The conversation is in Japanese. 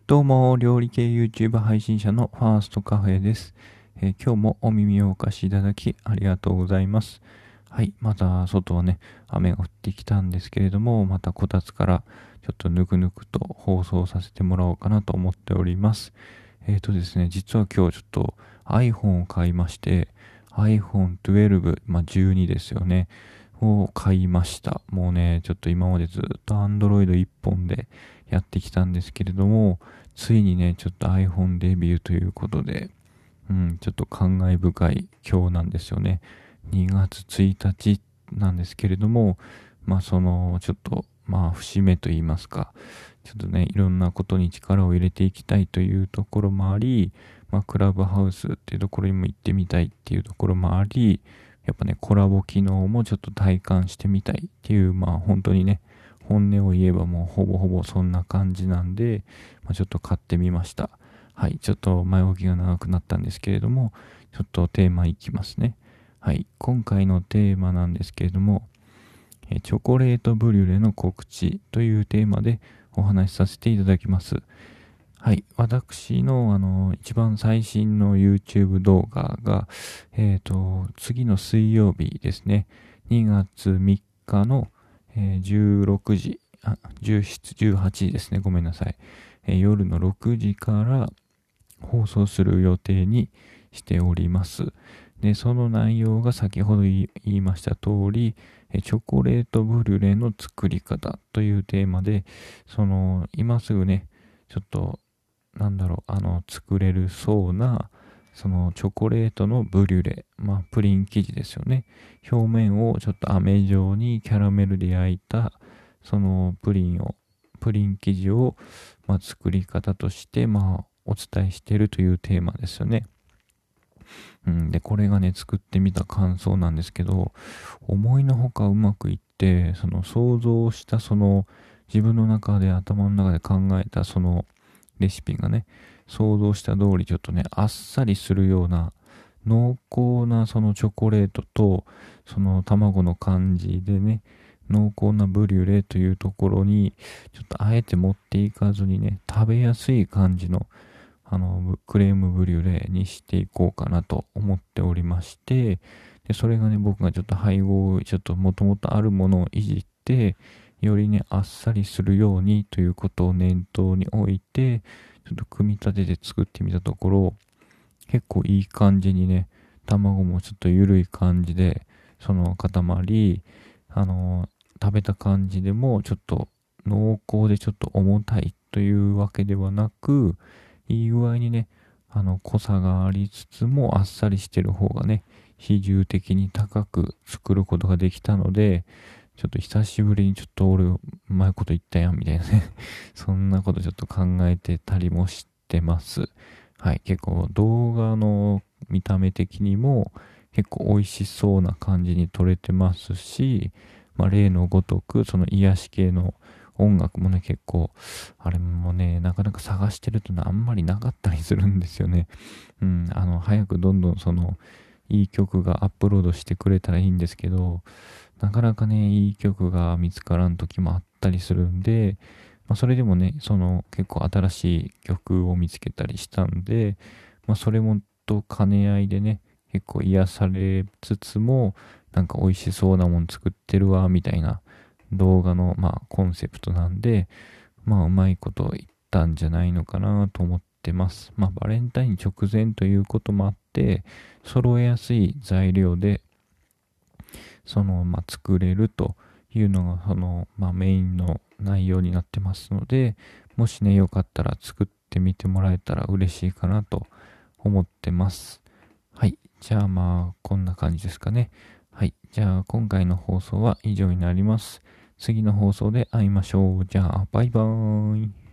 どうも、料理系 YouTube 配信者のファーストカフェです。今日もお耳をお貸しいただきありがとうございます。はい、また外はね、雨が降ってきたんですけれども、またこたつからちょっとぬくぬくと放送させてもらおうかなと思っております。ですね、実は今日ちょっと iPhone を買いまして、iPhone 12、12ですよね、を買いました。もうね、ちょっと今までずっと Android 一本でやってきたんですけれども、ついにね、ちょっと iPhone デビューということで、ちょっと感慨深い今日なんですよね。2月1日なんですけれども、ちょっと、節目と言いますか、ちょっとね、いろんなことに力を入れていきたいというところもあり、クラブハウスっていうところにも行ってみたいっていうところもあり、やっぱね、コラボ機能もちょっと体感してみたいっていう、本当にね、本音を言えばもうほぼほぼそんな感じなんで、ちょっと買ってみました。はい、ちょっと前置きが長くなったんですけれども、ちょっとテーマいきますね。はい、今回のテーマなんですけれども、チョコレートブリュレの告知というテーマでお話しさせていただきます。はい。私の、一番最新の YouTube 動画が、次の水曜日ですね。2月3日の、16時、17、18時ですね。ごめんなさい。夜の6時から放送する予定にしております。で、その内容が先ほど言いました通り、チョコレートブリュレの作り方というテーマで、今すぐね、ちょっと作れるそうな、そのチョコレートのブリュレ、プリン生地ですよね。表面をちょっと飴状にキャラメルで焼いた、そのプリン生地を、作り方として、お伝えしているというテーマですよね。で、これがね、作ってみた感想なんですけど、思いのほかうまくいって、その想像した自分の中で頭の中で考えたレシピがね、想像した通りちょっとね、あっさりするような濃厚なそのチョコレートとその卵の感じでね、濃厚なブリュレというところにちょっとあえて持っていかずにね、食べやすい感じのクレームブリュレにしていこうかなと思っておりまして、で、それがね、僕がちょっと配合をちょっともともとあるものをいじって、よりね、あっさりするようにということを念頭に置いて、ちょっと組み立てて作ってみたところ、結構いい感じにね、卵もちょっと緩い感じで、その固まり、食べた感じでもちょっと濃厚でちょっと重たいというわけではなく、いい具合にね、濃さがありつつもあっさりしてる方がね、比重的に高く作ることができたので、ちょっと久しぶりにちょっと俺うまいこと言ったやんみたいなねそんなことちょっと考えてたりもしてます。はい、結構動画の見た目的にも結構美味しそうな感じに撮れてますし、例のごとくその癒し系の音楽もね、結構、あれもね、なかなか探してるとあんまりなかったりするんですよね。早くどんどんいい曲がアップロードしてくれたらいいんですけど、なかなかね、いい曲が見つからん時もあったりするんで、それでもね、結構新しい曲を見つけたりしたんで、それもと兼ね合いでね、結構癒されつつも、なんか美味しそうなもん作ってるわ、みたいな動画の、コンセプトなんで、うまいこと言ったんじゃないのかなと思ってます。バレンタイン直前ということもあって、揃えやすい材料で、作れるというのが、メインの内容になってますので、もしね、よかったら作ってみてもらえたら嬉しいかなと思ってます。はい。じゃあこんな感じですかね。はい。じゃあ、今回の放送は以上になります。次の放送で会いましょう。じゃあ、バイバーイ。